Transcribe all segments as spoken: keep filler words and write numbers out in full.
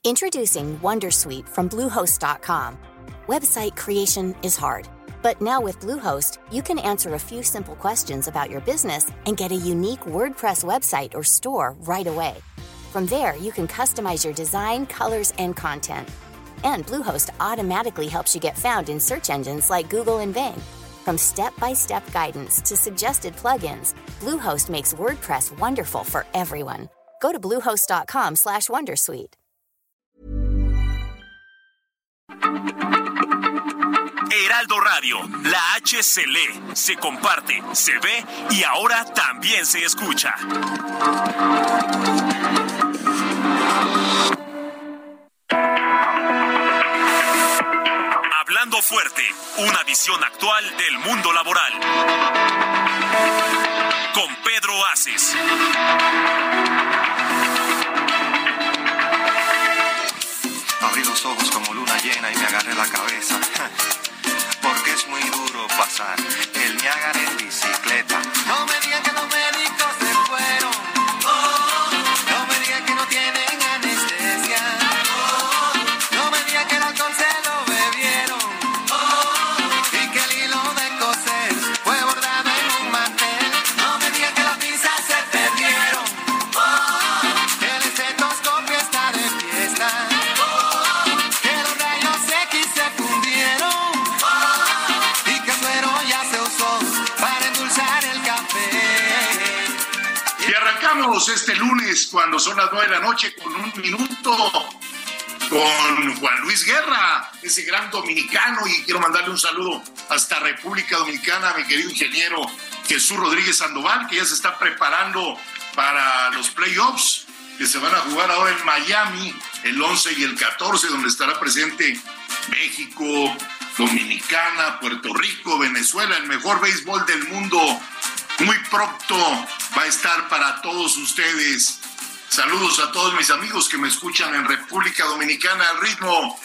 Introducing Wondersuite from Bluehost dot com. Website creation is hard, but now with Bluehost, you can answer a few simple questions about your business and get a unique WordPress website or store right away. From there, you can customize your design, colors, and content. And Bluehost automatically helps you get found in search engines like Google and Bing. From step-by-step guidance to suggested plugins, Bluehost makes WordPress wonderful for everyone. Go to bluehost dot com slash wondersuite. Heraldo Radio, la H se lee, se comparte, se ve y ahora también se escucha. Hablando fuerte, una visión actual del mundo laboral. Con Pedro Aces. Abrí los ojos como luna llena y me agarré la cabeza. Porque es muy duro pasar el Niágara en bicicleta. No me digan que los médicos se fueron. Oh, no me digan que no tienen anestesia. Oh, no me digan que el alcohol se lo bebieron. Oh, y que el hilo de coser fue bordado en un mantel. No me digan que las pinzas se perdieron. Oh, que el estetoscopio está de fiesta. Este lunes, cuando son las nueve de la noche, con un minuto, con Juan Luis Guerra, ese gran dominicano, y quiero mandarle un saludo hasta República Dominicana a mi querido ingeniero Jesús Rodríguez Sandoval, que ya se está preparando para los playoffs que se van a jugar ahora en Miami el once y el catorce, donde estará presente México, Dominicana, Puerto Rico, Venezuela, el mejor béisbol del mundo. Muy pronto va a estar para todos ustedes. Saludos a todos mis amigos que me escuchan en República Dominicana al ritmo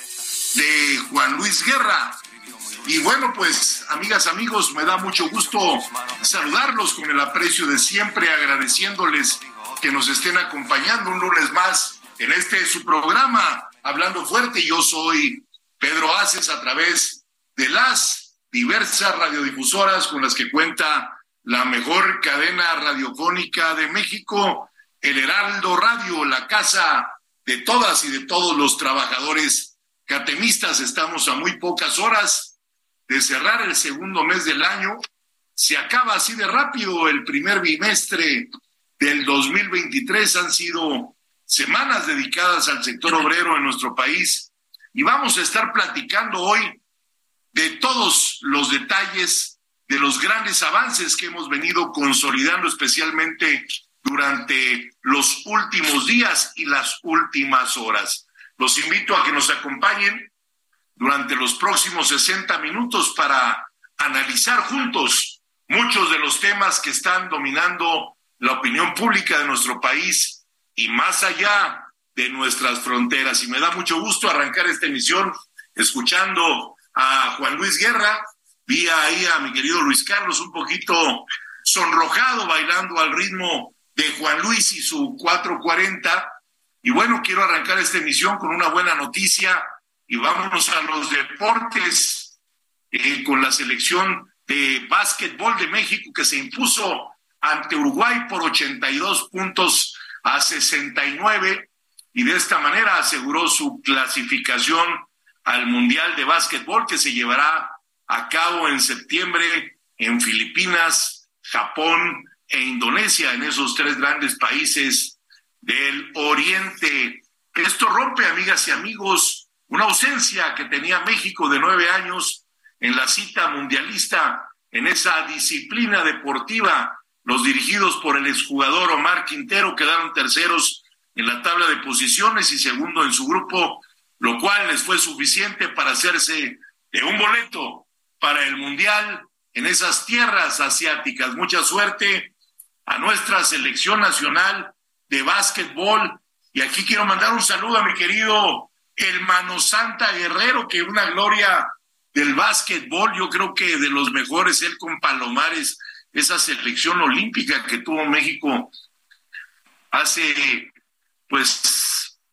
de Juan Luis Guerra. Y bueno, pues, amigas, amigos, me da mucho gusto saludarlos con el aprecio de siempre, agradeciéndoles que nos estén acompañando un lunes más en este su programa, Hablando Fuerte. Yo soy Pedro Aces, a través de las diversas radiodifusoras con las que cuenta la mejor cadena radiofónica de México, el Heraldo Radio, la casa de todas y de todos los trabajadores catemistas. Estamos a muy pocas horas de cerrar el segundo mes del año. Se acaba así de rápido el primer bimestre del dos mil veintitrés. Han sido semanas dedicadas al sector obrero en nuestro país y vamos a estar platicando hoy de todos los detalles de los grandes avances que hemos venido consolidando, especialmente durante los últimos días y las últimas horas. Los invito a que nos acompañen durante los próximos sesenta minutos para analizar juntos muchos de los temas que están dominando la opinión pública de nuestro país y más allá de nuestras fronteras. Y me da mucho gusto arrancar esta emisión escuchando a Juan Luis Guerra. Vi ahí a mi querido Luis Carlos un poquito sonrojado bailando al ritmo de Juan Luis y su cuatro cuarenta. Y bueno, quiero arrancar esta emisión con una buena noticia y vámonos a los deportes eh, con la selección de básquetbol de México, que se impuso ante Uruguay por ochenta y dos puntos a sesenta y nueve y de esta manera aseguró su clasificación al Mundial de Básquetbol, que se llevará a cabo en septiembre en Filipinas, Japón e Indonesia, en esos tres grandes países del Oriente. Esto rompe, amigas y amigos, una ausencia que tenía México de nueve años en la cita mundialista en esa disciplina deportiva. Los dirigidos por el exjugador Omar Quintero quedaron terceros en la tabla de posiciones y segundo en su grupo, lo cual les fue suficiente para hacerse de un boleto para el Mundial en esas tierras asiáticas. Mucha suerte a nuestra selección nacional de básquetbol. Y aquí quiero mandar un saludo a mi querido el Mano Santa Guerrero, que una gloria del básquetbol, yo creo que de los mejores, él con Palomares, esa selección olímpica que tuvo México hace pues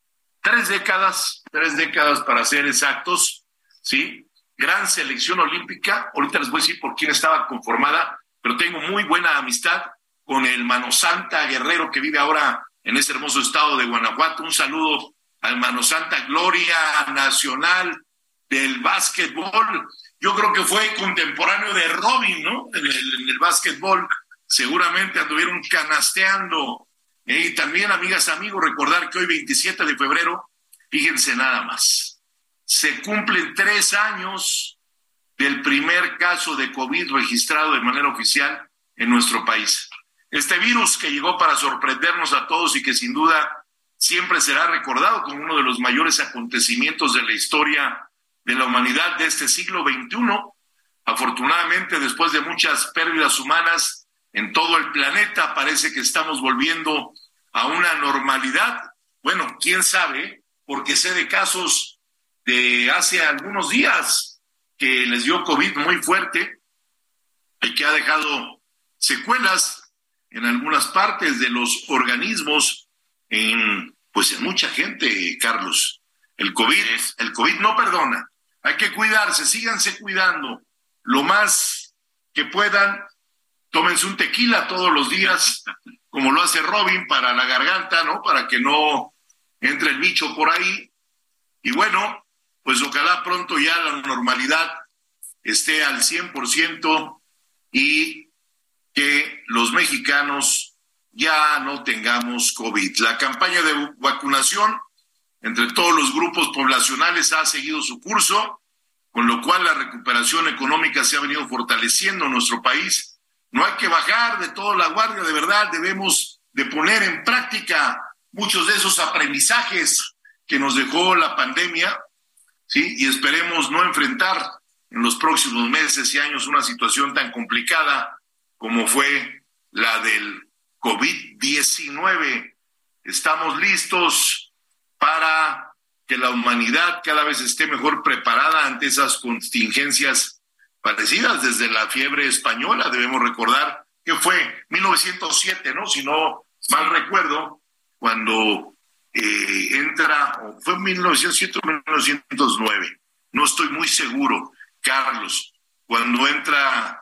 tres décadas, tres décadas para ser exactos, ¿sí? Gran selección olímpica. Ahorita les voy a decir por quién estaba conformada, pero tengo muy buena amistad con el Mano Santa Guerrero, que vive ahora en ese hermoso estado de Guanajuato. Un saludo al Mano Santa, gloria nacional del básquetbol. Yo creo que fue contemporáneo de Robin, ¿no? En el, en el básquetbol, seguramente anduvieron canasteando. ¿eh? Y también, amigas, amigos, recordar que hoy, veintisiete de febrero, fíjense nada más, se cumplen tres años del primer caso de COVID registrado de manera oficial en nuestro país. Este virus que llegó para sorprendernos a todos y que sin duda siempre será recordado como uno de los mayores acontecimientos de la historia de la humanidad de este siglo veintiuno. Afortunadamente, después de muchas pérdidas humanas en todo el planeta, parece que estamos volviendo a una normalidad. Bueno, quién sabe, porque sé de casos de hace algunos días que les dio COVID muy fuerte y que ha dejado secuelas en algunas partes de los organismos, en, pues en mucha gente, Carlos. El COVID, el COVID no perdona. Hay que cuidarse, síganse cuidando lo más que puedan. Tómense un tequila todos los días, como lo hace Robin, para la garganta, ¿no? Para que no entre el bicho por ahí. Y bueno, pues ojalá pronto ya la normalidad esté al cien por ciento y que los mexicanos ya no tengamos COVID. La campaña de vacunación entre todos los grupos poblacionales ha seguido su curso, con lo cual la recuperación económica se ha venido fortaleciendo en nuestro país. No hay que bajar de toda la guardia, de verdad, debemos de poner en práctica muchos de esos aprendizajes que nos dejó la pandemia, ¿sí? Y esperemos no enfrentar en los próximos meses y años una situación tan complicada como fue la del COVID diecinueve. Estamos listos para que la humanidad cada vez esté mejor preparada ante esas contingencias parecidas. Desde la fiebre española, debemos recordar que fue mil novecientos siete, ¿no? Si no mal recuerdo, cuando eh, entra, o fue mil novecientos siete o mil novecientos nueve, no estoy muy seguro, Carlos, cuando entra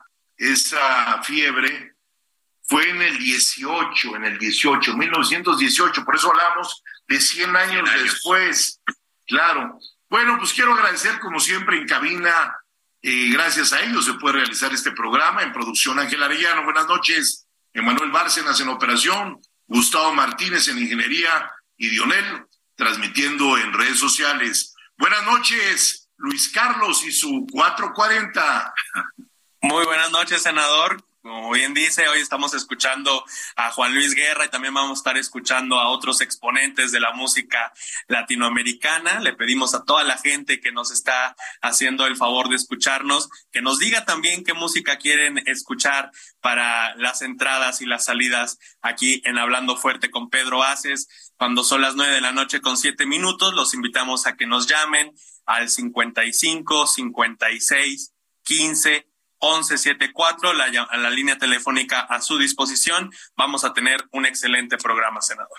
esa fiebre, fue en el dieciocho, en el dieciocho, mil novecientos dieciocho, por eso hablamos de cien años, cien años después, claro. Bueno, pues quiero agradecer como siempre en cabina, eh, gracias a ellos se puede realizar este programa. En producción Ángel Arellano, buenas noches, Emanuel Bárcenas en operación, Gustavo Martínez en ingeniería y Dionel transmitiendo en redes sociales. Buenas noches, Luis Carlos y su cuatro cuarenta. Muy buenas noches, senador. Como bien dice, hoy estamos escuchando a Juan Luis Guerra y también vamos a estar escuchando a otros exponentes de la música latinoamericana. Le pedimos a toda la gente que nos está haciendo el favor de escucharnos, que nos diga también qué música quieren escuchar para las entradas y las salidas aquí en Hablando Fuerte con Pedro Aces. Cuando son las nueve de la noche con siete minutos, los invitamos a que nos llamen al cincuenta y cinco, cincuenta y seis, quince, once setenta y cuatro, la, la línea telefónica a su disposición. Vamos a tener un excelente programa, senador.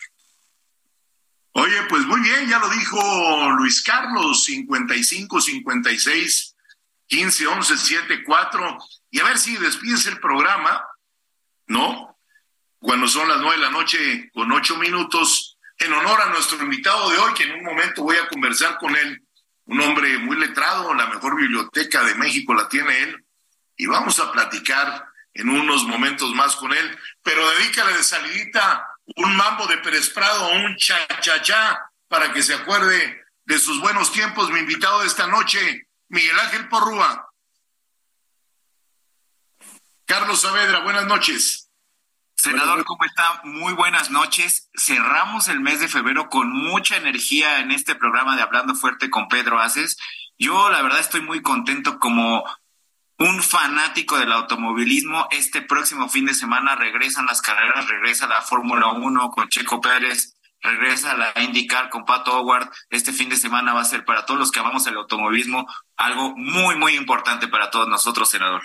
Oye, pues muy bien, ya lo dijo Luis Carlos, cincuenta y cinco, cincuenta y seis, quince, once setenta y cuatro, y a ver si despides el programa, ¿no? Cuando son las nueve de la noche con ocho minutos, en honor a nuestro invitado de hoy, que en un momento voy a conversar con él, un hombre muy letrado, la mejor biblioteca de México la tiene él, y vamos a platicar en unos momentos más con él, pero dedícale de salidita un mambo de Pérez Prado, un cha-cha-cha, para que se acuerde de sus buenos tiempos. Mi invitado de esta noche, Miguel Ángel Porrúa. Carlos Saavedra, buenas noches. Senador, ¿cómo está? Muy buenas noches. Cerramos el mes de febrero con mucha energía en este programa de Hablando Fuerte con Pedro Aces. Yo, la verdad, estoy muy contento como un fanático del automovilismo. Este próximo fin de semana regresan las carreras, regresa la Fórmula uno con Checo Pérez, regresa la IndyCar con Pato Howard. Este fin de semana va a ser para todos los que amamos el automovilismo algo muy, muy importante para todos nosotros, senador.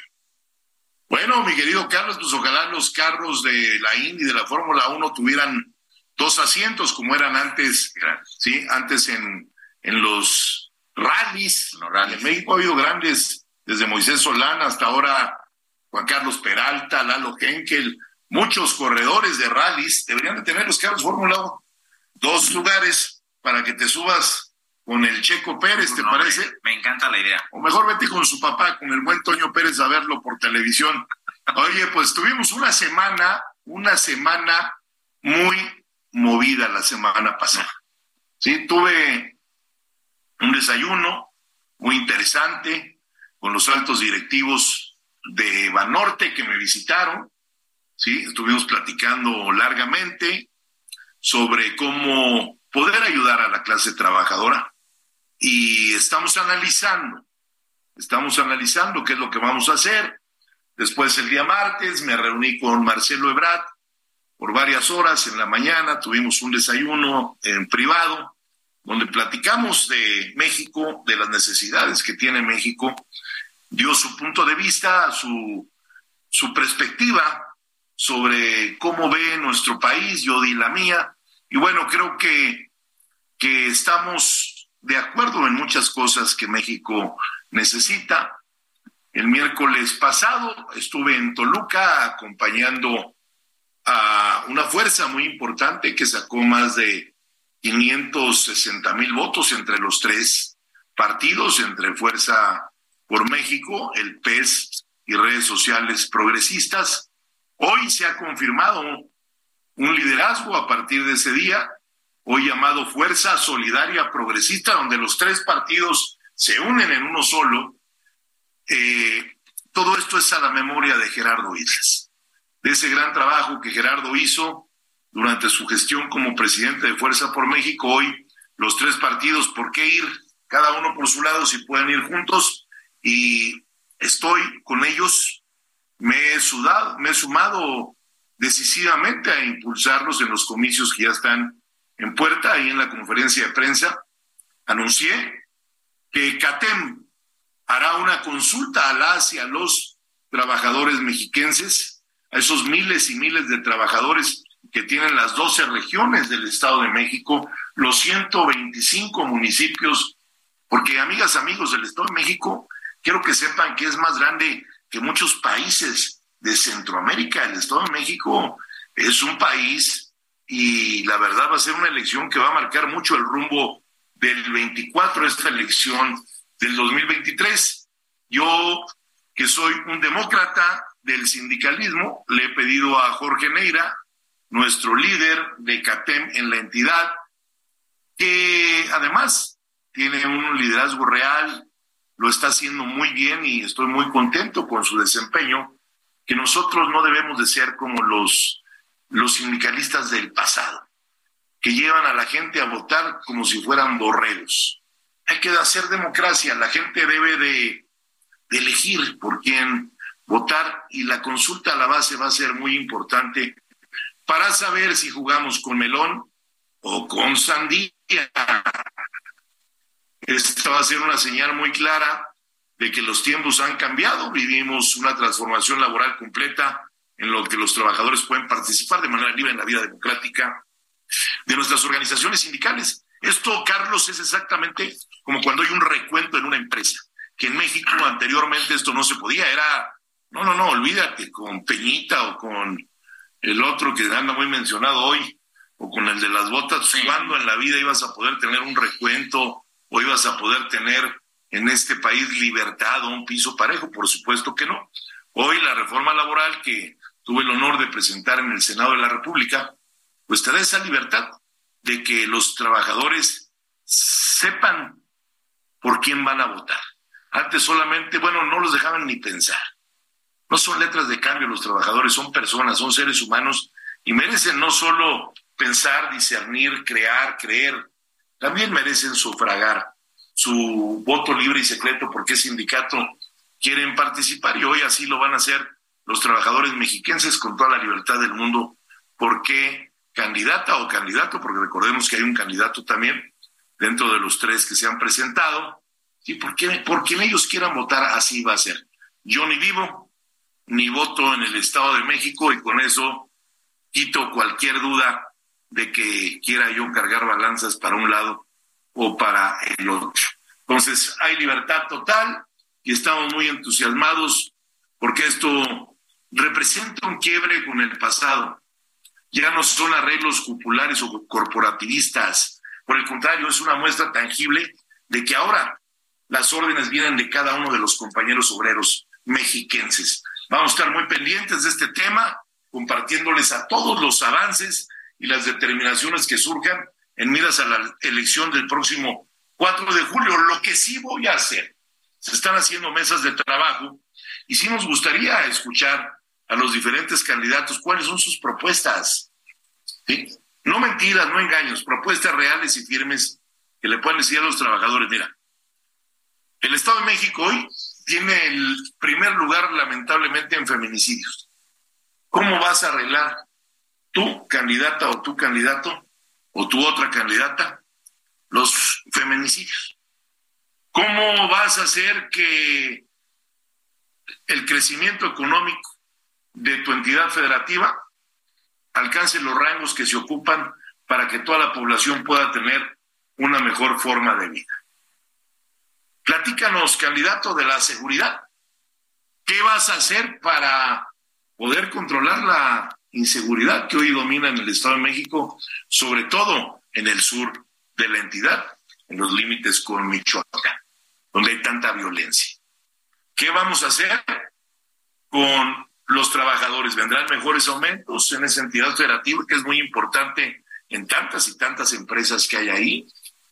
Bueno, mi querido Carlos, pues ojalá los carros de la Indy, de la Fórmula uno tuvieran dos asientos como eran antes, sí, antes en, en los rallies. Los rallies. En México ha habido grandes, desde Moisés Solana hasta ahora Juan Carlos Peralta, Lalo Henkel, muchos corredores de rallies. Deberían de tener los carros Fórmula uno, dos lugares para que te subas con el Checo Pérez, ¿te no, parece? Me, me encanta la idea. O mejor vete con su papá, con el buen Toño Pérez, a verlo por televisión. Oye, pues tuvimos una semana, una semana muy movida la semana pasada. Sí, tuve un desayuno muy interesante con los altos directivos de Banorte que me visitaron. Sí, estuvimos platicando largamente sobre cómo poder ayudar a la clase trabajadora. Y estamos analizando, estamos analizando qué es lo que vamos a hacer. Después, el día martes, me reuní con Marcelo Ebrard por varias horas en la mañana, tuvimos un desayuno en privado, donde platicamos de México, de las necesidades que tiene México, dio su punto de vista, su, su perspectiva sobre cómo ve nuestro país, yo di la mía, y bueno, creo que, que estamos de acuerdo en muchas cosas que México necesita. El miércoles pasado estuve en Toluca acompañando a una fuerza muy importante que sacó más de quinientos sesenta mil votos entre los tres partidos, entre Fuerza por México, el P E S y redes sociales progresistas. Hoy se ha confirmado un liderazgo a partir de ese día, hoy llamado Fuerza Solidaria Progresista, donde los tres partidos se unen en uno solo. Eh, todo esto es a la memoria de Gerardo Islas, de ese gran trabajo que Gerardo hizo durante su gestión como presidente de Fuerza por México. Hoy los tres partidos, ¿por qué ir cada uno por su lado si pueden ir juntos? Y estoy con ellos, me he sudado, me he sumado decisivamente a impulsarlos en los comicios que ya están en puerta. Ahí en la conferencia de prensa anuncié que CATEM hará una consulta a las y a los trabajadores mexiquenses, a esos miles y miles de trabajadores que tienen las doce regiones del Estado de México, los ciento veinticinco municipios, porque amigas, amigos del Estado de México, quiero que sepan que es más grande que muchos países de Centroamérica. El Estado de México es un país y la verdad va a ser una elección que va a marcar mucho el rumbo del veinticuatro, esta elección del dos mil veintitrés. Yo, que soy un demócrata del sindicalismo, le he pedido a Jorge Neira, nuestro líder de CATEM en la entidad, que además tiene un liderazgo real, lo está haciendo muy bien y estoy muy contento con su desempeño, que nosotros no debemos de ser como los, los sindicalistas del pasado, que llevan a la gente a votar como si fueran borregos. Hay que hacer democracia, la gente debe de, de elegir por quién votar y la consulta a la base va a ser muy importante para saber si jugamos con melón o con sandía. Esta va a ser una señal muy clara de que los tiempos han cambiado, vivimos una transformación laboral completa en lo que los trabajadores pueden participar de manera libre en la vida democrática de nuestras organizaciones sindicales. Esto, Carlos, es exactamente como cuando hay un recuento en una empresa, que en México anteriormente esto no se podía, era, no, no, no, olvídate, con Peñita o con el otro que anda muy mencionado hoy, o con el de las botas, sí. ¿Cuándo en la vida ibas a poder tener un recuento o ibas a poder tener en este país libertad o un piso parejo? Por supuesto que no. Hoy la reforma laboral que tuve el honor de presentar en el Senado de la República, pues te da esa libertad de que los trabajadores sepan por quién van a votar. Antes solamente, bueno, no los dejaban ni pensar. No son letras de cambio los trabajadores, son personas, son seres humanos y merecen no solo pensar, discernir, crear, creer, también merecen sufragar su voto libre y secreto porque sindicato quieren participar y hoy así lo van a hacer los trabajadores mexiquenses con toda la libertad del mundo. Porque candidata o candidato, porque recordemos que hay un candidato también dentro de los tres que se han presentado, ¿sí? ¿Por qué? Por quien ellos quieran votar, así va a ser. Yo ni vivo, ni voto en el Estado de México y con eso quito cualquier duda de que quiera yo cargar balanzas para un lado o para el otro. Entonces, hay libertad total y estamos muy entusiasmados porque esto representa un quiebre con el pasado. Ya no son arreglos cupulares o corporativistas. Por el contrario, es una muestra tangible de que ahora las órdenes vienen de cada uno de los compañeros obreros mexiquenses. Vamos a estar muy pendientes de este tema, compartiéndoles a todos los avances y las determinaciones que surjan en miras a la elección del próximo cuatro de julio. Lo que sí voy a hacer, se están haciendo mesas de trabajo y sí nos gustaría escuchar a los diferentes candidatos cuáles son sus propuestas, ¿sí? No mentiras, no engaños, propuestas reales y firmes que le puedan decir a los trabajadores. Mira, el Estado de México hoy tiene el primer lugar lamentablemente en feminicidios. ¿Cómo vas a arreglar tú, candidata o tu candidato, o tu otra candidata, los feminicidios? ¿Cómo vas a hacer que el crecimiento económico de tu entidad federativa alcance los rangos que se ocupan para que toda la población pueda tener una mejor forma de vida? Platícanos, candidato, de la seguridad. ¿Qué vas a hacer para poder controlar la inseguridad que hoy domina en el Estado de México, sobre todo en el sur de la entidad, en los límites con Michoacán, donde hay tanta violencia? ¿Qué vamos a hacer con los trabajadores? ¿Vendrán mejores aumentos en esa entidad federativa que es muy importante en tantas y tantas empresas que hay ahí?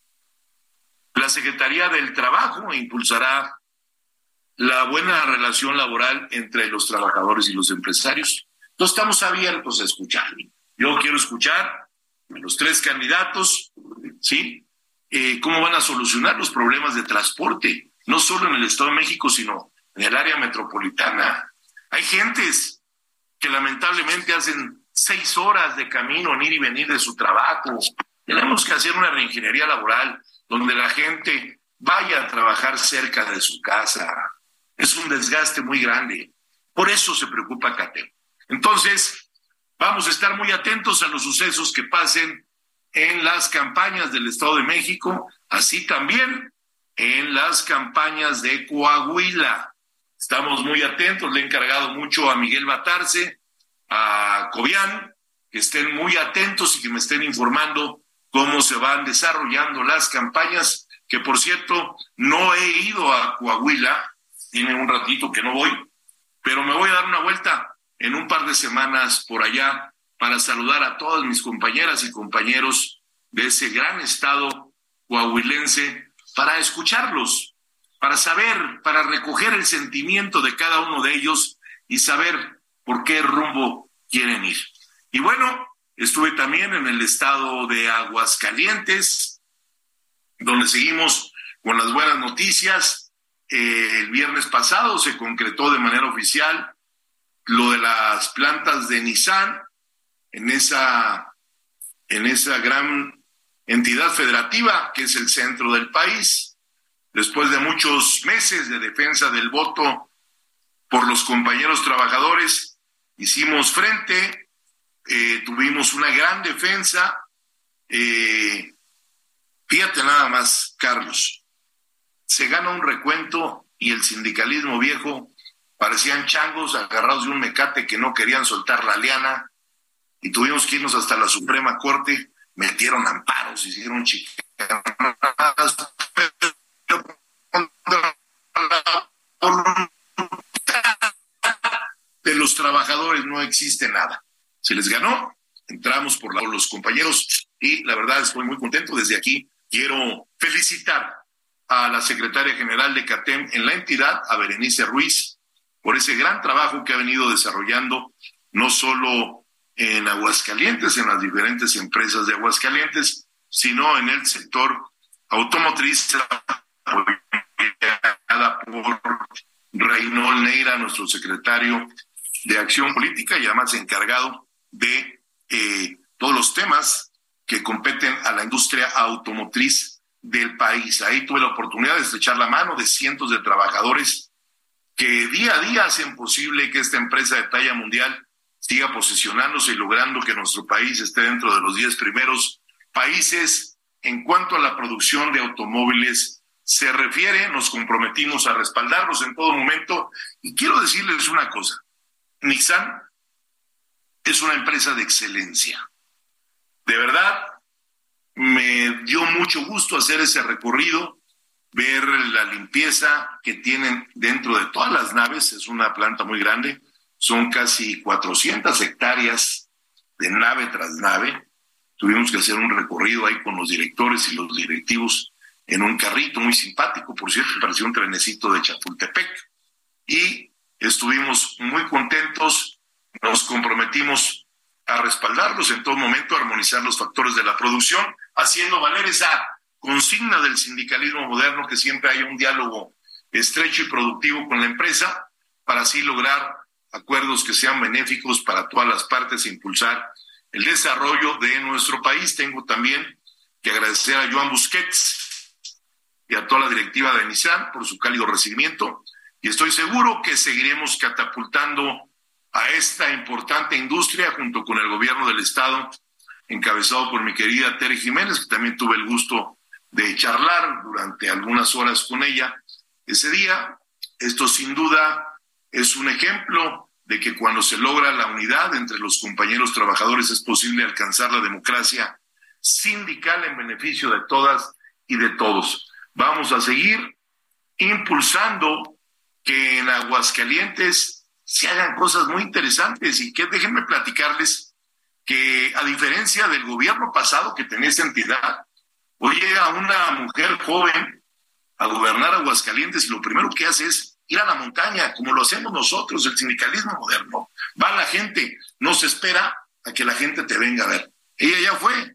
La Secretaría del Trabajo impulsará la buena relación laboral entre los trabajadores y los empresarios. Entonces estamos abiertos a escuchar. Yo quiero escuchar a los tres candidatos, ¿sí? Eh, ¿Cómo van a solucionar los problemas de transporte? No solo en el Estado de México, sino en el área metropolitana. Hay gentes que lamentablemente hacen seis horas de camino en ir y venir de su trabajo. Tenemos que hacer una reingeniería laboral donde la gente vaya a trabajar cerca de su casa. Es un desgaste muy grande. Por eso se preocupa CATEM. Entonces, vamos a estar muy atentos a los sucesos que pasen en las campañas del Estado de México, así también en las campañas de Coahuila. Estamos muy atentos, le he encargado mucho a Miguel Batarse, a Cobian, que estén muy atentos y que me estén informando cómo se van desarrollando las campañas, que por cierto, no he ido a Coahuila, tiene un ratito que no voy, pero me voy a dar una vuelta en un par de semanas por allá para saludar a todas mis compañeras y compañeros de ese gran estado coahuilense, para escucharlos, para saber, para recoger el sentimiento de cada uno de ellos y saber por qué rumbo quieren ir. Y bueno, estuve también en el estado de Aguascalientes, donde seguimos con las buenas noticias. Eh, el viernes pasado se concretó de manera oficial lo de las plantas de Nissan en esa, en esa gran entidad federativa que es el centro del país. Después de muchos meses de defensa del voto por los compañeros trabajadores, hicimos frente, eh, tuvimos una gran defensa. Eh, fíjate nada más, Carlos, se gana un recuento y el sindicalismo viejo parecían changos agarrados de un mecate que no querían soltar la liana, y tuvimos que irnos hasta la Suprema Corte, metieron amparos, hicieron chicanas, de los trabajadores no existe nada. Se les ganó, entramos por la, los compañeros, y la verdad estoy muy contento. Desde aquí quiero felicitar a la secretaria general de CATEM en la entidad, a Berenice Ruiz, por ese gran trabajo que ha venido desarrollando, no solo en Aguascalientes, en las diferentes empresas de Aguascalientes, sino en el sector automotriz, apoyada por Reynold Neira, nuestro secretario de Acción Política y además encargado de eh, todos los temas que competen a la industria automotriz del país. Ahí tuve la oportunidad de estrechar la mano de cientos de trabajadores que día a día hacen posible que esta empresa de talla mundial siga posicionándose y logrando que nuestro país esté dentro de los diez primeros países en cuanto a la producción de automóviles se refiere. Nos comprometimos a respaldarlos en todo momento. Y quiero decirles una cosa, Nissan es una empresa de excelencia. De verdad, me dio mucho gusto hacer ese recorrido, ver la limpieza que tienen dentro de todas las naves. Es una planta muy grande, son casi cuatrocientas hectáreas de nave tras nave. Tuvimos que hacer un recorrido ahí con los directores y los directivos en un carrito muy simpático, por cierto, parecía un trenecito de Chapultepec. Y estuvimos muy contentos, nos comprometimos a respaldarlos en todo momento, a armonizar los factores de la producción, haciendo valer esa consigna del sindicalismo moderno, que siempre haya un diálogo estrecho y productivo con la empresa, para así lograr acuerdos que sean benéficos para todas las partes e impulsar el desarrollo de nuestro país. Tengo también que agradecer a Joan Busquets y a toda la directiva de Nissan por su cálido recibimiento, y estoy seguro que seguiremos catapultando a esta importante industria junto con el gobierno del estado, encabezado por mi querida Tere Jiménez, que también tuve el gusto de charlar durante algunas horas con ella ese día. Esto sin duda es un ejemplo de que cuando se logra la unidad entre los compañeros trabajadores es posible alcanzar la democracia sindical en beneficio de todas y de todos. Vamos a seguir impulsando que en Aguascalientes se hagan cosas muy interesantes, y que déjenme platicarles que, a diferencia del gobierno pasado que tenía esa entidad, hoy llega una mujer joven a gobernar Aguascalientes y lo primero que hace es ir a la montaña, como lo hacemos nosotros, el sindicalismo moderno. Va la gente, no se espera a que la gente te venga a ver. Ella ya fue,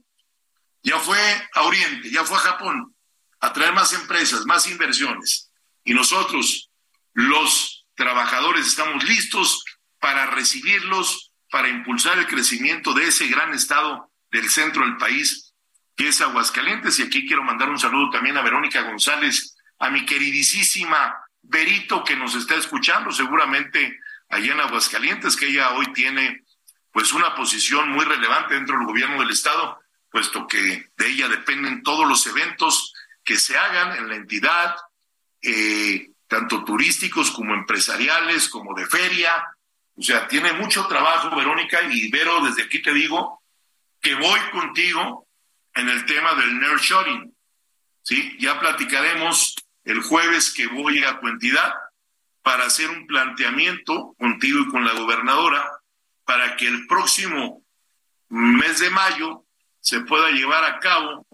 ya fue a Oriente, ya fue a Japón, a traer más empresas, más inversiones. Y nosotros, los trabajadores, estamos listos para recibirlos, para impulsar el crecimiento de ese gran estado del centro del país, que es Aguascalientes. Y aquí quiero mandar un saludo también a Verónica González, a mi queridísima Berito, que nos está escuchando seguramente allá en Aguascalientes, que ella hoy tiene pues una posición muy relevante dentro del gobierno del estado, puesto que de ella dependen todos los eventos que se hagan en la entidad, eh, tanto turísticos como empresariales, como de feria. O sea, tiene mucho trabajo, Verónica, y Vero, desde aquí te digo que voy contigo en el tema del nearshoring, ¿sí? Ya platicaremos el jueves que voy a tu entidad para hacer un planteamiento contigo y con la gobernadora para que el próximo mes de mayo se pueda llevar a cabo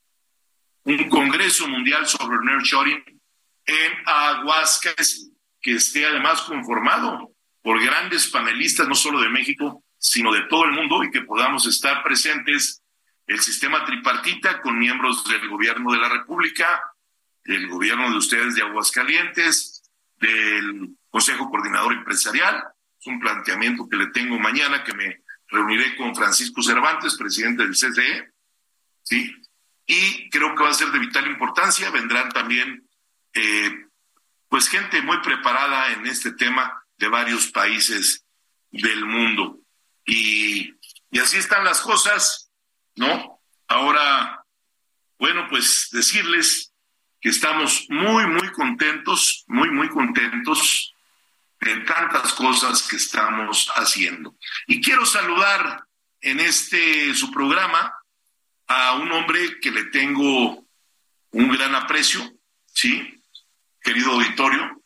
un congreso mundial sobre el nearshoring en Aguascalientes, que esté además conformado por grandes panelistas, no solo de México, sino de todo el mundo, y que podamos estar presentes el sistema tripartita con miembros del gobierno de la República, del gobierno de ustedes de Aguascalientes, del Consejo Coordinador Empresarial. Es un planteamiento que le tengo mañana, que me reuniré con Francisco Cervantes, presidente del C C E, ¿sí? Y creo que va a ser de vital importancia. Vendrán también Eh, pues gente muy preparada en este tema de varios países del mundo. Y, y así están las cosas, ¿no? Ahora, bueno, pues decirles que estamos muy, muy contentos, muy, muy contentos de tantas cosas que estamos haciendo. Y quiero saludar en este su programa a un hombre que le tengo un gran aprecio, ¿sí? Querido auditorio,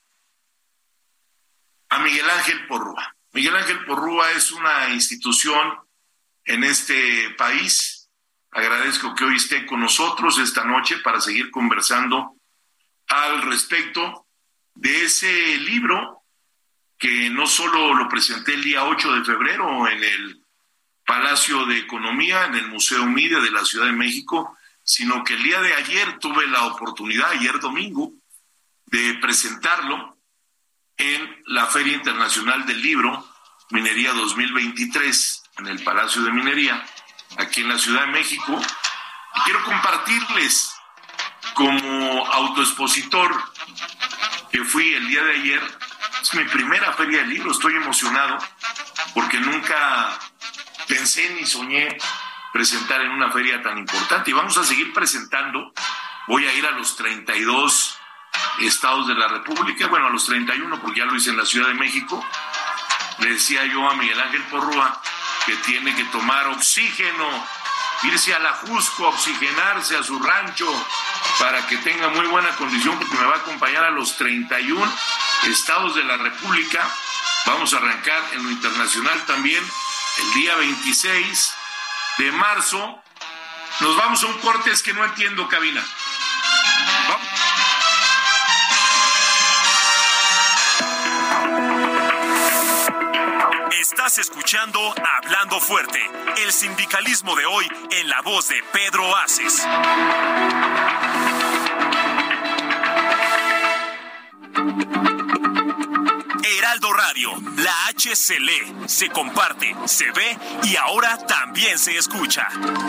a Miguel Ángel Porrúa. Miguel Ángel Porrúa es una institución en este país. Agradezco que hoy esté con nosotros esta noche para seguir conversando al respecto de ese libro que no solo lo presenté el día ocho de febrero en el Palacio de Economía, en el Museo Mide de la Ciudad de México, sino que el día de ayer tuve la oportunidad, ayer domingo, de presentarlo en la Feria Internacional del Libro, Minería dos mil veintitrés, en el Palacio de Minería, aquí en la Ciudad de México. Y quiero compartirles, como autoexpositor que fui el día de ayer, es mi primera feria de libro, estoy emocionado, porque nunca pensé ni soñé presentar en una feria tan importante, y vamos a seguir presentando. Voy a ir a los treinta y dos estados de la República, bueno, a los treinta y uno, porque ya lo hice en la Ciudad de México. Le decía yo a Miguel Ángel Porrúa que tiene que tomar oxígeno, irse a la Jusco a oxigenarse a su rancho para que tenga muy buena condición, porque me va a acompañar a los treinta y uno estados de la República. Vamos a arrancar en lo internacional también el día veintiséis de marzo. Nos vamos a un corte, es que no entiendo, cabina. ¿Vamos? Estás escuchando Hablando Fuerte, el sindicalismo de hoy en la voz de Pedro Aces. Heraldo Radio, la H se lee, se comparte, se ve y ahora también se escucha.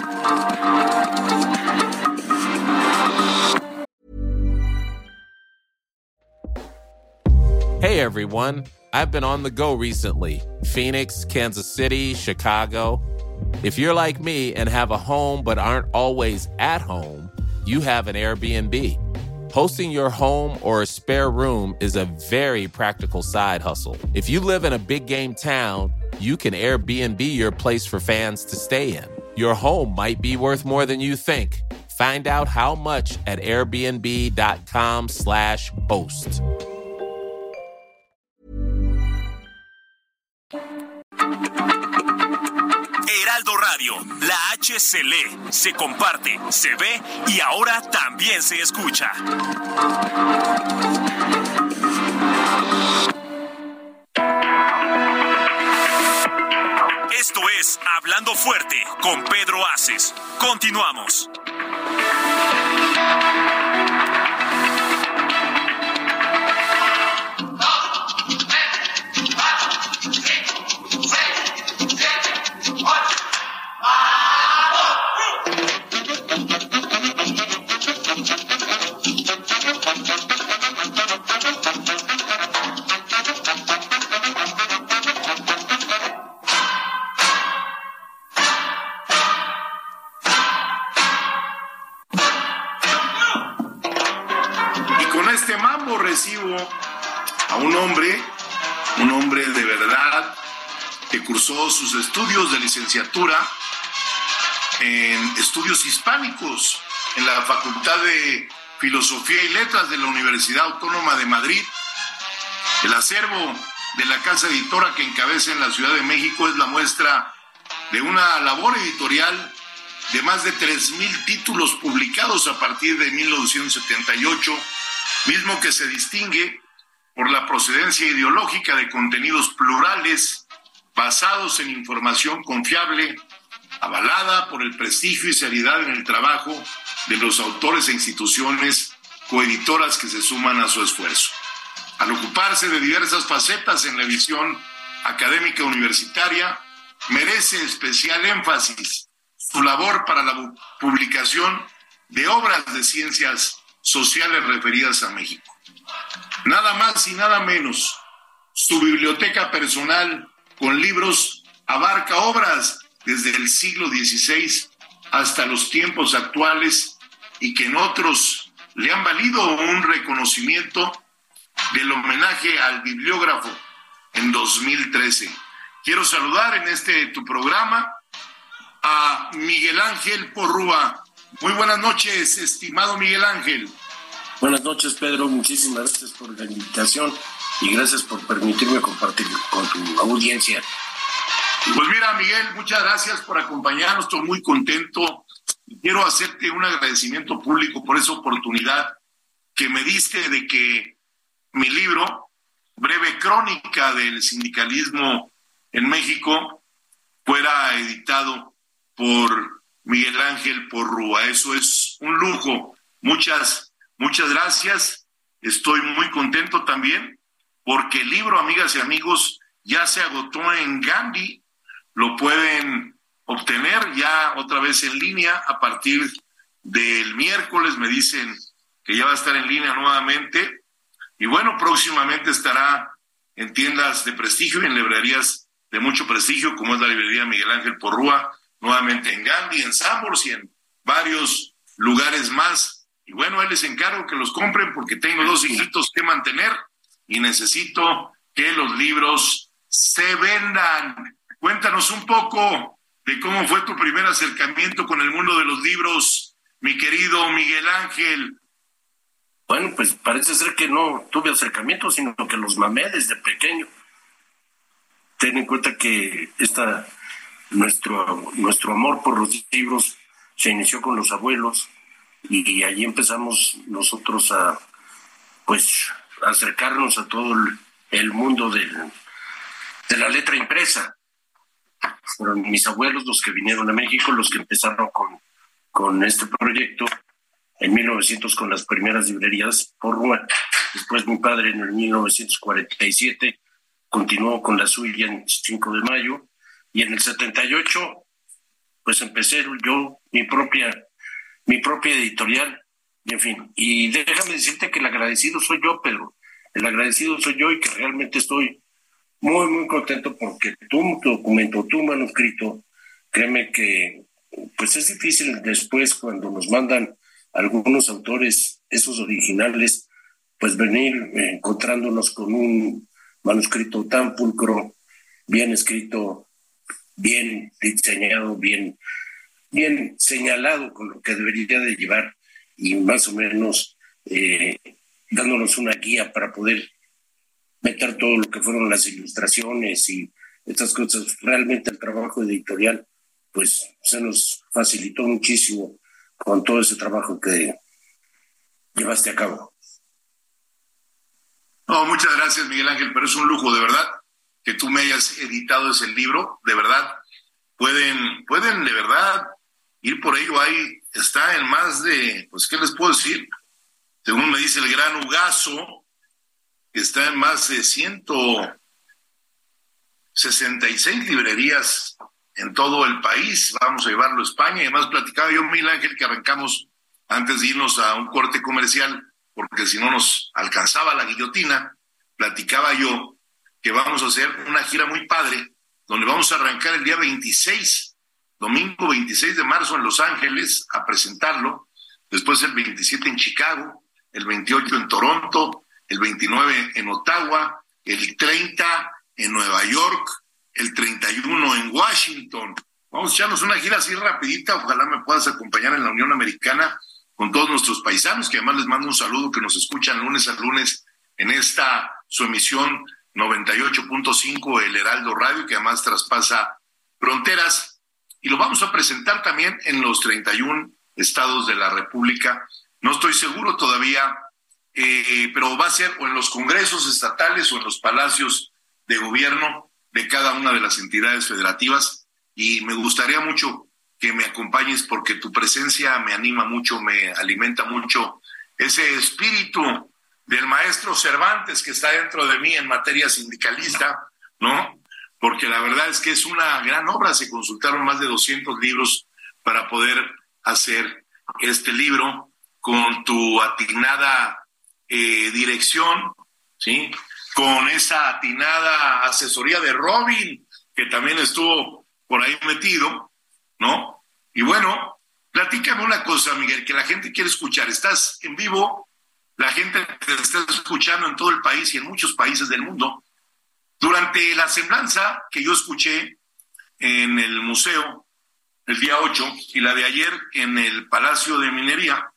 Hey everyone, I've been on the go recently. Phoenix, Kansas City, Chicago. If you're like me and have a home but aren't always at home, you have an Airbnb. Hosting your home or a spare room is a very practical side hustle. If you live in a big game town, you can Airbnb your place for fans to stay in. Your home might be worth more than you think. Find out how much at airbnb.com slash host. Heraldo Radio, la H se lee, se comparte, se ve y ahora también se escucha. Esto es Hablando Fuerte con Pedro Aces. Continuamos. Recibo a un hombre, un hombre de verdad, que cursó sus estudios de licenciatura en estudios hispánicos en la Facultad de Filosofía y Letras de la Universidad Autónoma de Madrid. El acervo de la casa editora que encabeza en la Ciudad de México es la muestra de una labor editorial de más de tres mil títulos publicados a partir de mil novecientos setenta y ocho, mismo que se distingue por la procedencia ideológica de contenidos plurales basados en información confiable, avalada por el prestigio y seriedad en el trabajo de los autores e instituciones coeditoras que se suman a su esfuerzo. Al ocuparse de diversas facetas en la visión académica universitaria, merece especial énfasis su labor para la publicación de obras de ciencias sociales referidas a México. Nada más y nada menos, su biblioteca personal con libros abarca obras desde el siglo dieciséis hasta los tiempos actuales y que en otros le han valido un reconocimiento del homenaje al bibliógrafo en dos mil trece. Quiero saludar en este tu programa a Miguel Ángel Porrúa. Muy buenas noches, estimado Miguel Ángel. Buenas noches, Pedro. Muchísimas gracias por la invitación y gracias por permitirme compartir con tu audiencia. Pues mira, Miguel, muchas gracias por acompañarnos. Estoy muy contento. Quiero hacerte un agradecimiento público por esa oportunidad que me diste de que mi libro, Breve Crónica del Sindicalismo en México, fuera editado por Miguel Ángel Porrúa. Eso es un lujo. Muchas, muchas gracias. Estoy muy contento también porque el libro, amigas y amigos, ya se agotó en Gandhi. Lo pueden obtener ya otra vez en línea a partir del miércoles. Me dicen que ya va a estar en línea nuevamente. Y bueno, próximamente estará en tiendas de prestigio y en librerías de mucho prestigio, como es la librería Miguel Ángel Porrúa, nuevamente en Gandhi, en Sanborns y en varios lugares más. Y bueno, ahí les encargo que los compren porque tengo dos hijitos que mantener y necesito que los libros se vendan. Cuéntanos un poco de cómo fue tu primer acercamiento con el mundo de los libros, mi querido Miguel Ángel. Bueno, pues parece ser que no tuve acercamiento, sino que los mamé desde pequeño. Ten en cuenta que esta, nuestro, nuestro amor por los libros se inició con los abuelos y, y allí empezamos nosotros a, pues, acercarnos a todo el, el mundo del, de la letra impresa. Fueron mis abuelos los que vinieron a México, los que empezaron con, con este proyecto en mil novecientos con las primeras librerías Porrúa. Después mi padre en el mil novecientos cuarenta y siete continuó con la suya en cinco de mayo y en el setenta y ocho pues empecé yo mi propia mi propia editorial y en fin. Y déjame decirte que el agradecido soy yo, Pedro. El agradecido soy yo y que realmente estoy muy, muy contento porque tu, tu documento, tu manuscrito, créeme que pues es difícil después cuando nos mandan algunos autores, esos originales, pues venir eh, encontrándonos con un manuscrito tan pulcro, bien escrito, bien diseñado, bien, bien señalado con lo que debería de llevar y más o menos eh, dándonos una guía para poder meter todo lo que fueron las ilustraciones y estas cosas. Realmente el trabajo editorial pues se nos facilitó muchísimo con todo ese trabajo que llevaste a cabo. No, muchas gracias, Miguel Ángel, pero es un lujo, de verdad, que tú me hayas editado ese libro, de verdad. Pueden, pueden de verdad ir por ello, ahí está en más de, pues, ¿qué les puedo decir? Según me dice el gran Ugazo, que está en más de ciento sesenta y seis librerías en todo el país. Vamos a llevarlo a España. Y además platicaba yo, Miguel Ángel, que arrancamos antes de irnos a un corte comercial, porque si no nos alcanzaba la guillotina. Platicaba yo que vamos a hacer una gira muy padre, donde vamos a arrancar el día veintiséis, domingo veintiséis de marzo en Los Ángeles, a presentarlo. Después el veintisiete en Chicago, el veintiocho en Toronto, el veintinueve en Ottawa, el treinta en Nueva York, el treinta y uno en Washington. Vamos a echarnos una gira así rapidita. Ojalá me puedas acompañar en la Unión Americana con todos nuestros paisanos, que además les mando un saludo, que nos escuchan lunes a lunes en esta su emisión noventa y ocho punto cinco, el Heraldo Radio, que además traspasa fronteras. Y lo vamos a presentar también en los treinta y uno estados de la República. No estoy seguro todavía, eh, pero va a ser o en los congresos estatales o en los palacios de gobierno de cada una de las entidades federativas, y me gustaría mucho que me acompañes porque tu presencia me anima mucho, me alimenta mucho ese espíritu del maestro Cervantes que está dentro de mí en materia sindicalista, ¿no? Porque la verdad es que es una gran obra. Se consultaron más de doscientos libros para poder hacer este libro con tu atinada eh, dirección, ¿sí? Con esa atinada asesoría de Robin, que también estuvo por ahí metido, ¿no? Y bueno, platícame una cosa, Miguel, que la gente quiere escuchar. Estás en vivo, la gente te está escuchando en todo el país y en muchos países del mundo. Durante la semblanza que yo escuché en el museo el día ocho y la de ayer en el Palacio de Minería,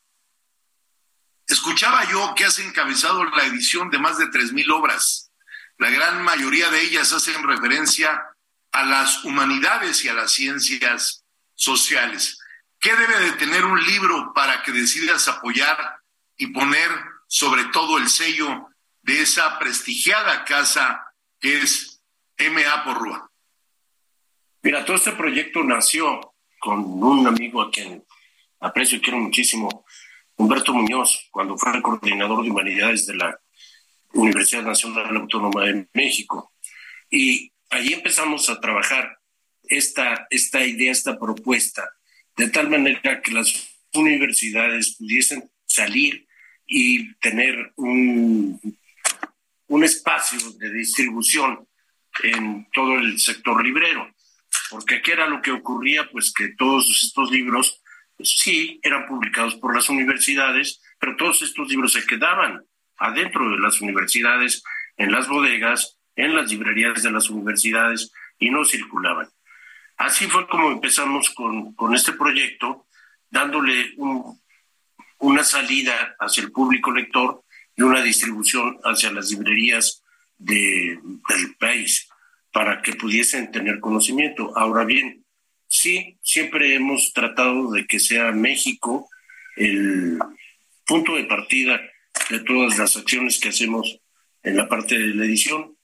escuchaba yo que has encabezado la edición de más de tres mil obras. La gran mayoría de ellas hacen referencia a las humanidades y a las ciencias sociales. ¿Qué debe de tener un libro para que decidas apoyar y poner sobre todo el sello de esa prestigiada casa que es M A Porrúa? Mira, todo este proyecto nació con un amigo a quien aprecio y quiero muchísimo, Humberto Muñoz, cuando fue el coordinador de humanidades de la Universidad Nacional Autónoma de México. Y allí empezamos a trabajar esta, esta idea, esta propuesta, de tal manera que las universidades pudiesen salir y tener un, un espacio de distribución en todo el sector librero. Porque ¿qué era lo que ocurría? Pues que todos estos libros, pues sí, eran publicados por las universidades, pero todos estos libros se quedaban adentro de las universidades, en las bodegas, en las librerías de las universidades, y no circulaban. Así fue como empezamos con, con este proyecto, dándole un, una salida hacia el público lector y una distribución hacia las librerías de, del país, para que pudiesen tener conocimiento. Ahora bien, sí, siempre hemos tratado de que sea México el punto de partida de todas las acciones que hacemos en la parte de la edición,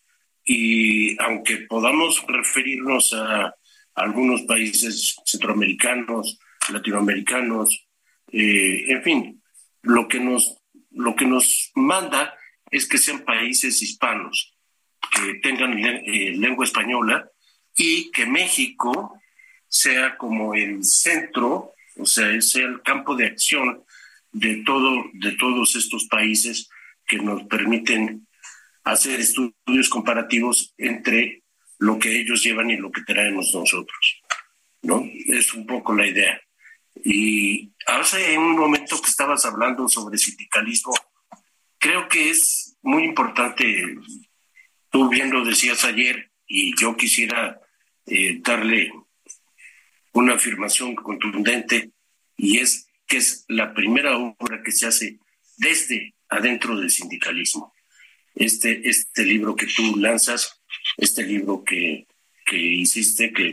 y aunque podamos referirnos a algunos países centroamericanos, latinoamericanos, eh, en fin, lo que nos, lo que nos manda es que sean países hispanos, que tengan eh, lengua española, y que México sea como el centro, o sea, sea el campo de acción de todo, de todos estos países que nos permiten hacer estudios comparativos entre lo que ellos llevan y lo que traemos nosotros, ¿no? Es un poco la idea. Y hace un momento que estabas hablando sobre sindicalismo, creo que es muy importante, tú bien lo decías ayer, y yo quisiera eh, darle una afirmación contundente, y es que es la primera obra que se hace desde adentro del sindicalismo. Este, este libro que tú lanzas, este libro que, que hiciste, que,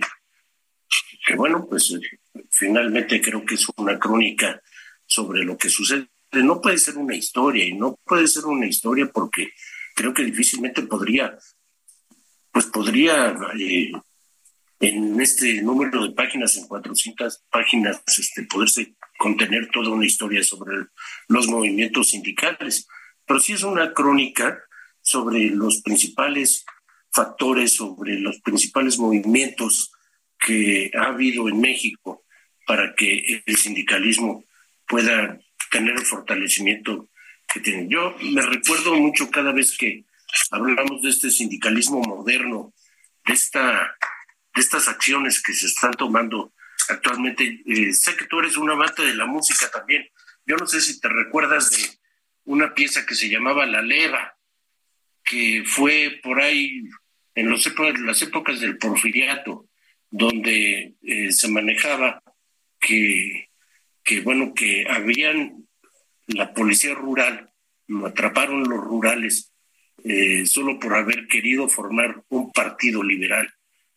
que bueno, pues finalmente creo que es una crónica sobre lo que sucede. No puede ser una historia, y no puede ser una historia porque creo que difícilmente podría, pues podría, eh, en este número de páginas, en cuatrocientas páginas, este, poderse contener toda una historia sobre los movimientos sindicales. Pero sí es una crónica sobre los principales factores, sobre los principales movimientos que ha habido en México para que el sindicalismo pueda tener el fortalecimiento que tiene. Yo me recuerdo mucho cada vez que hablamos de este sindicalismo moderno, de esta, de estas acciones que se están tomando actualmente. Eh, sé que tú eres un amante de la música también. Yo no sé si te recuerdas de una pieza que se llamaba La Leva, que fue por ahí en los épocas, las épocas del Porfiriato, donde eh, se manejaba que, que, bueno, que habían la policía rural, lo atraparon los rurales eh, solo por haber querido formar un partido liberal.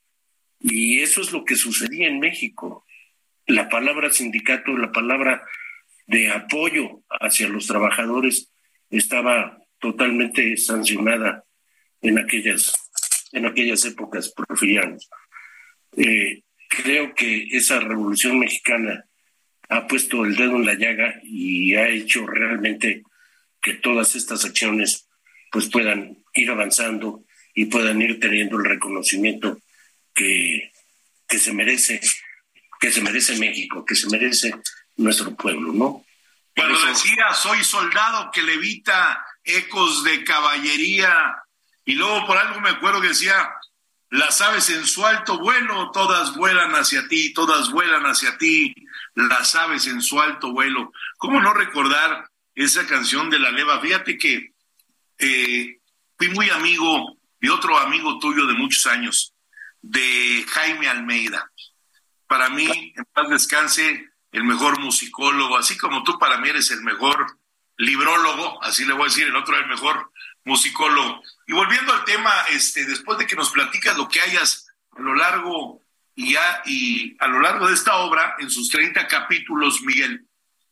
Y eso es lo que sucedía en México. La palabra sindicato, la palabra de apoyo hacia los trabajadores estaba totalmente sancionada en aquellas, en aquellas épocas porfirianas. Eh, creo que esa revolución mexicana ha puesto el dedo en la llaga y ha hecho realmente que todas estas acciones pues puedan ir avanzando y puedan ir teniendo el reconocimiento que, que se merece, que se merece México, que se merece nuestro pueblo, ¿no? Cuando eso decía, soy soldado que levita ecos de caballería, y luego por algo me acuerdo que decía, las aves en su alto vuelo, todas vuelan hacia ti, todas vuelan hacia ti, las aves en su alto vuelo. ¿Cómo no recordar esa canción de La Leva? Fíjate que eh, fui muy amigo de otro amigo tuyo de muchos años, de Jaime Almeida. Para mí, en paz descanse, el mejor musicólogo, así como tú para mí eres el mejor librólogo, así le voy a decir, el otro el mejor musicólogo. Y volviendo al tema, este, después de que nos platicas lo que hayas a lo largo y a, y a lo largo de esta obra, en sus treinta capítulos, Miguel,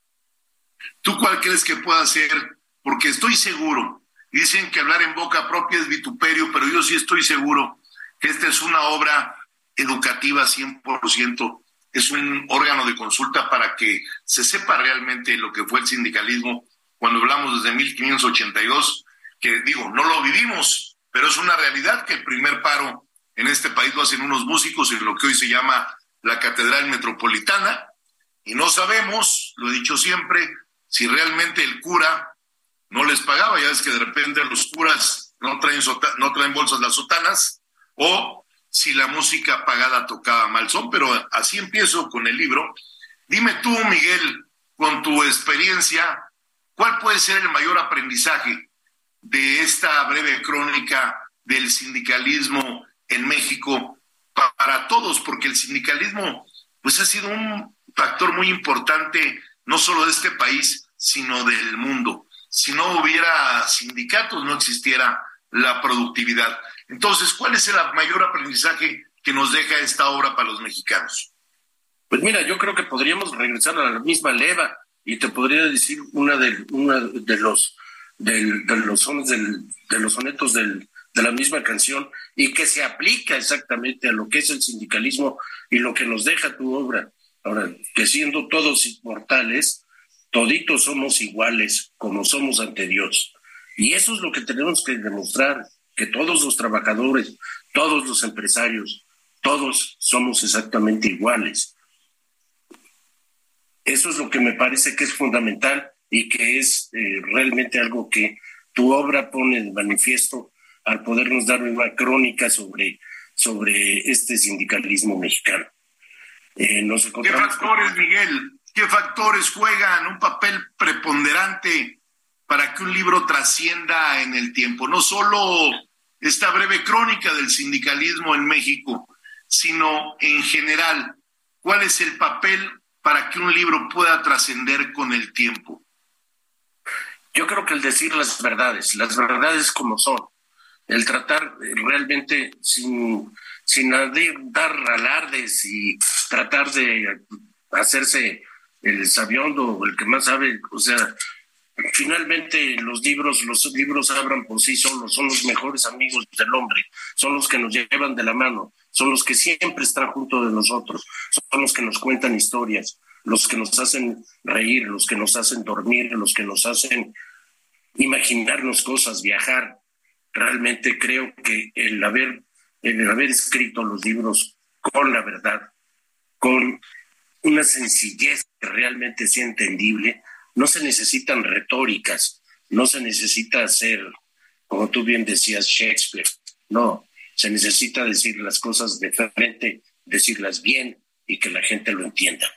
¿tú cuál crees que pueda ser? Porque estoy seguro, dicen que hablar en boca propia es vituperio, pero yo sí estoy seguro que esta es una obra educativa cien por ciento. Es un órgano de consulta para que se sepa realmente lo que fue el sindicalismo cuando hablamos desde mil quinientos ochenta y dos, que digo, no lo vivimos, pero es una realidad que el primer paro en este país lo hacen unos músicos en lo que hoy se llama la Catedral Metropolitana, y no sabemos, lo he dicho siempre, si realmente el cura no les pagaba. Ya ves que de repente los curas no traen, sota, no traen bolsas las sotanas, o si la música pagada tocaba mal son, pero así empiezo con el libro. Dime tú, Miguel, con tu experiencia, ¿cuál puede ser el mayor aprendizaje de esta breve crónica del sindicalismo en México para todos? Porque el sindicalismo pues ha sido un factor muy importante, no solo de este país, sino del mundo. Si no hubiera sindicatos, no existiera la productividad. Entonces, ¿cuál es el mayor aprendizaje que nos deja esta obra para los mexicanos? Pues mira, yo creo que podríamos regresar a la misma leva y te podría decir una de, una de los del, de los sones del, de los sonetos del, de la misma canción, y que se aplica exactamente a lo que es el sindicalismo y lo que nos deja tu obra. Ahora, que siendo todos inmortales, toditos somos iguales como somos ante Dios. Y eso es lo que tenemos que demostrar, que todos los trabajadores, todos los empresarios, todos somos exactamente iguales. Eso es lo que me parece que es fundamental y que es eh, realmente algo que tu obra pone de manifiesto al podernos dar una crónica sobre, sobre este sindicalismo mexicano. Eh, nos ¿Qué factores, con... Miguel, qué factores juegan un papel preponderante para que un libro trascienda en el tiempo? No solo esta breve crónica del sindicalismo en México, sino en general, ¿cuál es el papel para que un libro pueda trascender con el tiempo? Yo creo que el decir las verdades, las verdades como son, el tratar realmente sin, sin dar alardes y tratar de hacerse el sabiondo o el que más sabe, o sea, finalmente los libros, los libros hablan por sí solos, son los mejores amigos del hombre, son los que nos llevan de la mano, son los que siempre están junto de nosotros, son los que nos cuentan historias, los que nos hacen reír, los que nos hacen dormir, los que nos hacen imaginarnos cosas, viajar. Realmente creo que el haber, el haber escrito los libros con la verdad, con una sencillez que realmente sea entendible, no se necesitan retóricas, no se necesita hacer, como tú bien decías, Shakespeare. No, se necesita decir las cosas de frente, decirlas bien y que la gente lo entienda.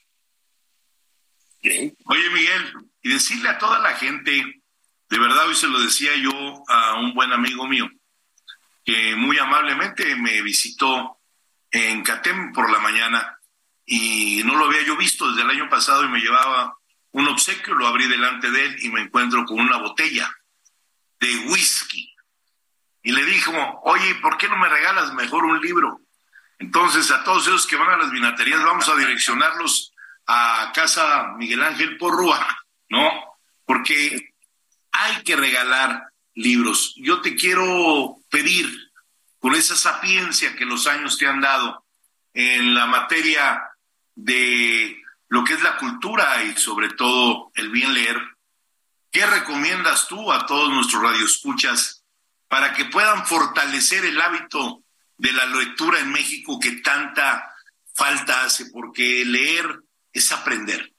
¿Bien? Oye, Miguel, y decirle a toda la gente, de verdad hoy se lo decía yo a un buen amigo mío, que muy amablemente me visitó en Catém por la mañana y no lo había yo visto desde el año pasado y me llevaba un obsequio, lo abrí delante de él y me encuentro con una botella de whisky. Y le dijo, oye, ¿por qué no me regalas mejor un libro? Entonces, a todos esos que van a las vinaterías, vamos a direccionarlos a Casa Miguel Ángel Porrúa, ¿no? Porque hay que regalar libros. Yo te quiero pedir, con esa sapiencia que los años te han dado en la materia de lo que es la cultura y sobre todo el bien leer, ¿qué recomiendas tú a todos nuestros radioescuchas para que puedan fortalecer el hábito de la lectura en México que tanta falta hace? Porque leer es aprender.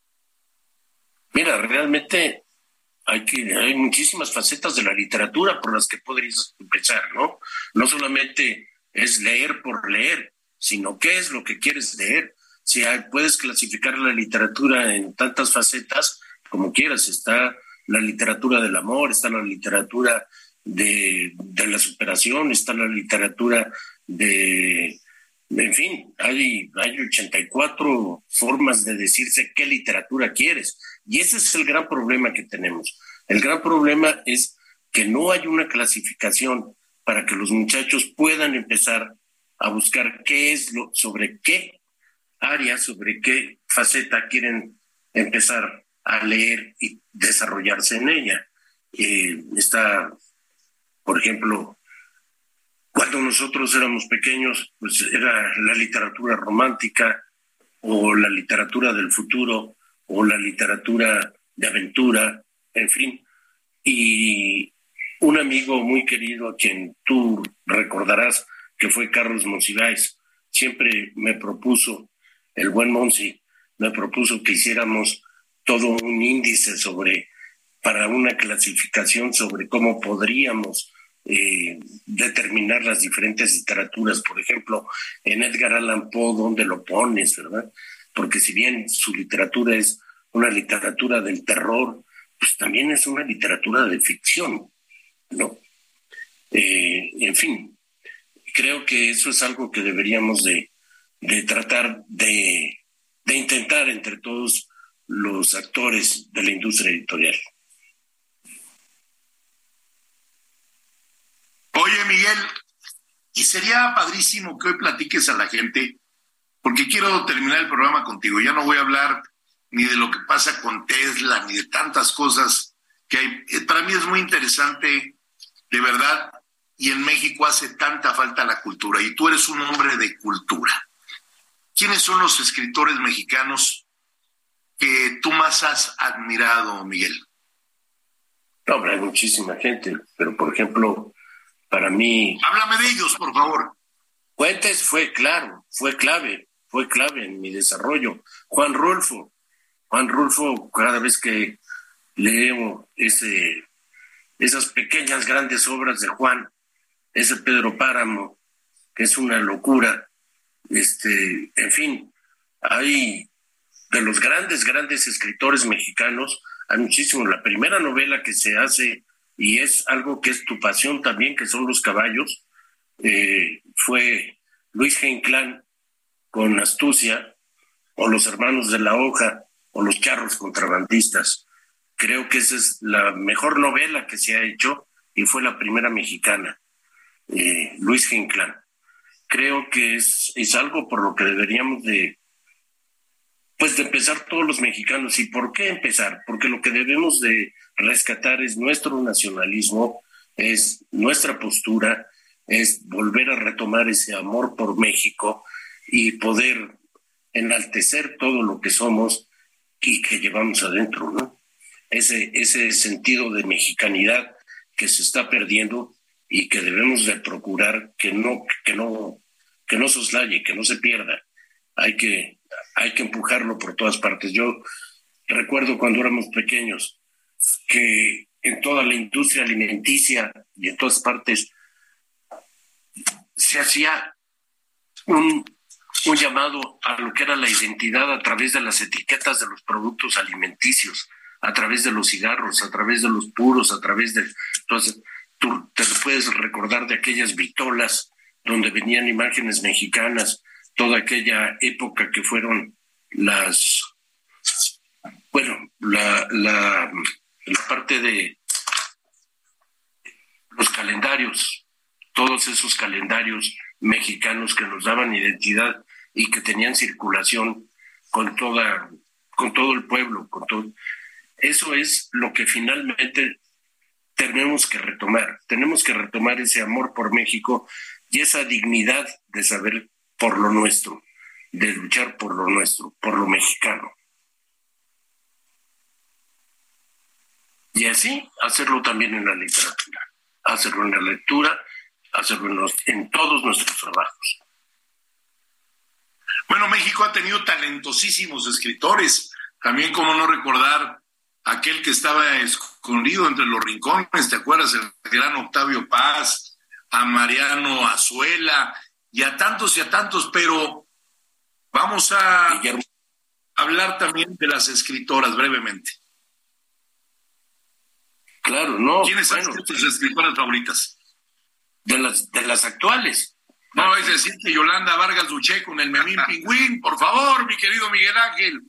Mira, realmente hay que hay muchísimas facetas de la literatura por las que podrías empezar, ¿no? No solamente es leer por leer, sino qué es lo que quieres leer. Si hay, puedes clasificar la literatura en tantas facetas como quieras. Está la literatura del amor, está la literatura de, de la superación, está la literatura de... En fin, hay, hay ochenta y cuatro formas de decirse qué literatura quieres. Y ese es el gran problema que tenemos. El gran problema es que no hay una clasificación para que los muchachos puedan empezar a buscar qué es lo, sobre qué área, sobre qué faceta quieren empezar a leer y desarrollarse en ella. Eh, está, por ejemplo, cuando nosotros éramos pequeños, pues era la literatura romántica o la literatura del futuro o la literatura de aventura, en fin. Y un amigo muy querido a quien tú recordarás, que fue Carlos Monsiváis, siempre me propuso, el buen Monsi, me propuso que hiciéramos todo un índice sobre, para una clasificación sobre cómo podríamos eh, determinar las diferentes literaturas. Por ejemplo, en Edgar Allan Poe, ¿dónde lo pones, verdad? Porque si bien su literatura es una literatura del terror, pues también es una literatura de ficción, ¿no? Eh, en fin, creo que eso es algo que deberíamos de, de tratar de, de intentar entre todos los actores de la industria editorial. Oye, Miguel, y sería padrísimo que hoy platiques a la gente, porque quiero terminar el programa contigo. Ya no voy a hablar ni de lo que pasa con Tesla, ni de tantas cosas que hay. Para mí es muy interesante, de verdad, y en México hace tanta falta la cultura, y tú eres un hombre de cultura. ¿Quiénes son los escritores mexicanos que tú más has admirado, Miguel? No, hombre, hay muchísima gente, pero por ejemplo, para mí... Háblame de ellos, por favor. Fuentes fue claro, fue clave, fue clave en mi desarrollo. Juan Rulfo, Juan Rulfo, cada vez que leo ese, esas pequeñas grandes obras de Juan, ese Pedro Páramo, que es una locura, este, en fin, hay de los grandes, grandes escritores mexicanos, hay muchísimos. La primera novela que se hace, y es algo que es tu pasión también, que son los caballos, eh, fue Luis G. Inclán con Astucia, o Los Hermanos de la Hoja, o Los Charros Contrabandistas. Creo que esa es la mejor novela que se ha hecho, y fue la primera mexicana, eh, Luis G. Inclán. Creo que es, es algo por lo que deberíamos de, pues de empezar todos los mexicanos. ¿Y por qué empezar? Porque lo que debemos de rescatar es nuestro nacionalismo, es nuestra postura, es volver a retomar ese amor por México y poder enaltecer todo lo que somos y que llevamos adentro, ¿no? Ese, ese sentido de mexicanidad que se está perdiendo y que debemos de procurar que no, que no, que no soslaye, que no se pierda. Hay que, hay que empujarlo por todas partes. Yo recuerdo cuando éramos pequeños que en toda la industria alimenticia y en todas partes se hacía un, un llamado a lo que era la identidad a través de las etiquetas de los productos alimenticios, a través de los cigarros, a través de los puros, a través de... Entonces, tú te puedes recordar de aquellas vitolas donde venían imágenes mexicanas, toda aquella época que fueron las... Bueno, la, la, la parte de los calendarios, todos esos calendarios mexicanos que nos daban identidad y que tenían circulación con toda, con todo el pueblo, con todo. Eso es lo que finalmente tenemos que retomar. Tenemos que retomar ese amor por México y esa dignidad de saber por lo nuestro, de luchar por lo nuestro, por lo mexicano. Y así hacerlo también en la literatura, hacerlo en la lectura, hacerlo en, los, en todos nuestros trabajos. Bueno, México ha tenido talentosísimos escritores. También, cómo no recordar aquel que estaba escondido entre los rincones, ¿te acuerdas? El gran Octavio Paz, a Mariano Azuela y a tantos y a tantos, pero vamos a Guillermo. hablar también de las escritoras brevemente. Claro, no. ¿Quiénes bueno, son tus escritoras favoritas? De las, de las actuales. No, es decir, que Yolanda Vargas Duché con el Memín Pingüín, por favor, mi querido Miguel Ángel.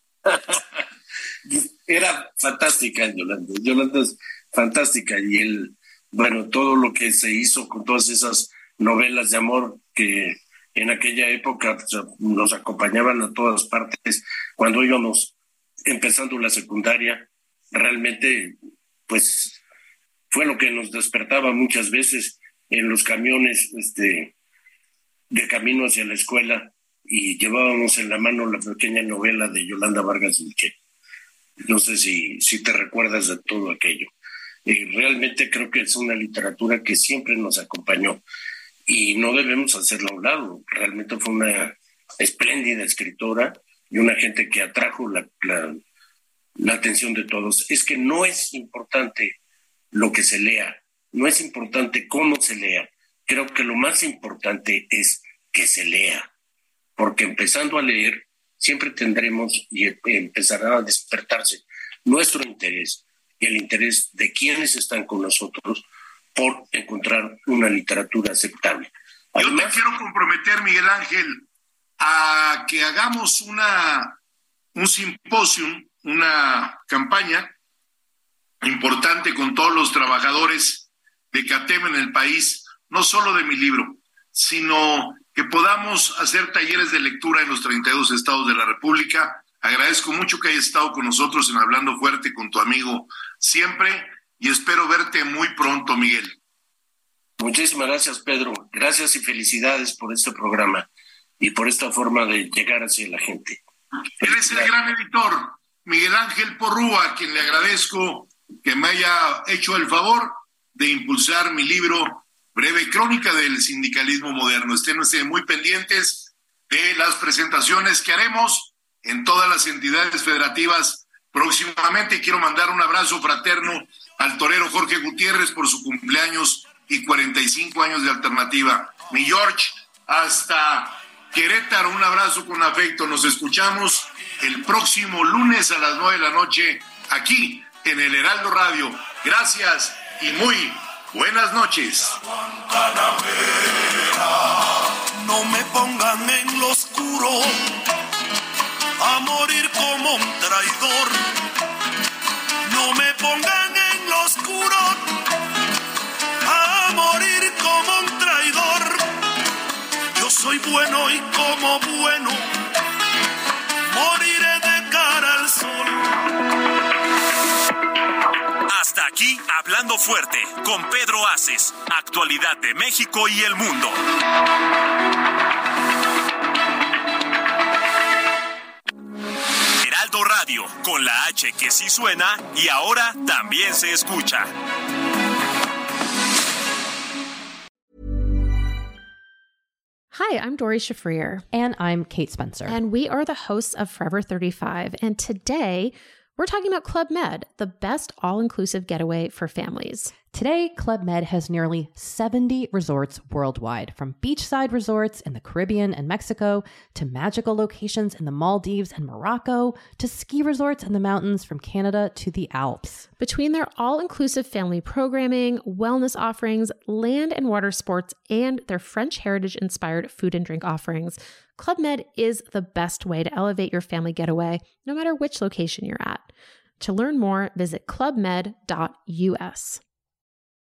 Era fantástica Yolanda, Yolanda es fantástica, y el, bueno, todo lo que se hizo con todas esas novelas de amor que en aquella época pues, nos acompañaban a todas partes, cuando íbamos empezando la secundaria, realmente pues fue lo que nos despertaba muchas veces en los camiones este, de camino hacia la escuela, y llevábamos en la mano la pequeña novela de Yolanda Vargas Duché. No sé si, si te recuerdas de todo aquello. Eh, realmente creo que es una literatura que siempre nos acompañó y no debemos hacerla a un lado. Realmente fue una espléndida escritora y una gente que atrajo la, la, la atención de todos. Es que no es importante lo que se lea, no es importante cómo se lea. Creo que lo más importante es que se lea, porque empezando a leer siempre tendremos y empezará a despertarse nuestro interés y el interés de quienes están con nosotros por encontrar una literatura aceptable. Además, yo te quiero comprometer, Miguel Ángel, a que hagamos una un simposium, una campaña importante con todos los trabajadores de CATEM en el país, no solo de mi libro, sino que podamos hacer talleres de lectura en los treinta y dos estados de la República. Agradezco mucho que hayas estado con nosotros en Hablando Fuerte con tu amigo siempre y espero verte muy pronto, Miguel. Muchísimas gracias, Pedro. Gracias y felicidades por este programa y por esta forma de llegar hacia la gente. Él es el gran editor, Miguel Ángel Porrúa, a quien le agradezco que me haya hecho el favor de impulsar mi libro Breve Crónica del Sindicalismo Moderno. Estén muy pendientes de las presentaciones que haremos en todas las entidades federativas próximamente. Quiero mandar un abrazo fraterno al torero Jorge Gutiérrez por su cumpleaños y cuarenta y cinco años de Alternativa. Mi George, hasta Querétaro, un abrazo con afecto. Nos escuchamos el próximo lunes a las nueve de la noche aquí en el Heraldo Radio. Gracias y muy buenas noches. No me pongan en lo oscuro a morir como un traidor. No me pongan en lo oscuro a morir como un traidor. Yo soy bueno y como bueno moriré de cara al sol. Hasta aquí Hablando Fuerte con Pedro Aces, actualidad de México y el mundo. Heraldo Radio, con la H que sí suena y ahora también se escucha. Hi, I'm Dori Shafrir. And I'm Kate Spencer. And we are the hosts of Forever thirty-five. And today, we're talking about Club Med, the best all-inclusive getaway for families. Today, Club Med has nearly seventy resorts worldwide, from beachside resorts in the Caribbean and Mexico, to magical locations in the Maldives and Morocco, to ski resorts in the mountains from Canada to the Alps. Between their all-inclusive family programming, wellness offerings, land and water sports, and their French heritage-inspired food and drink offerings, Club Med is the best way to elevate your family getaway, no matter which location you're at. To learn more, visit club med dot U S.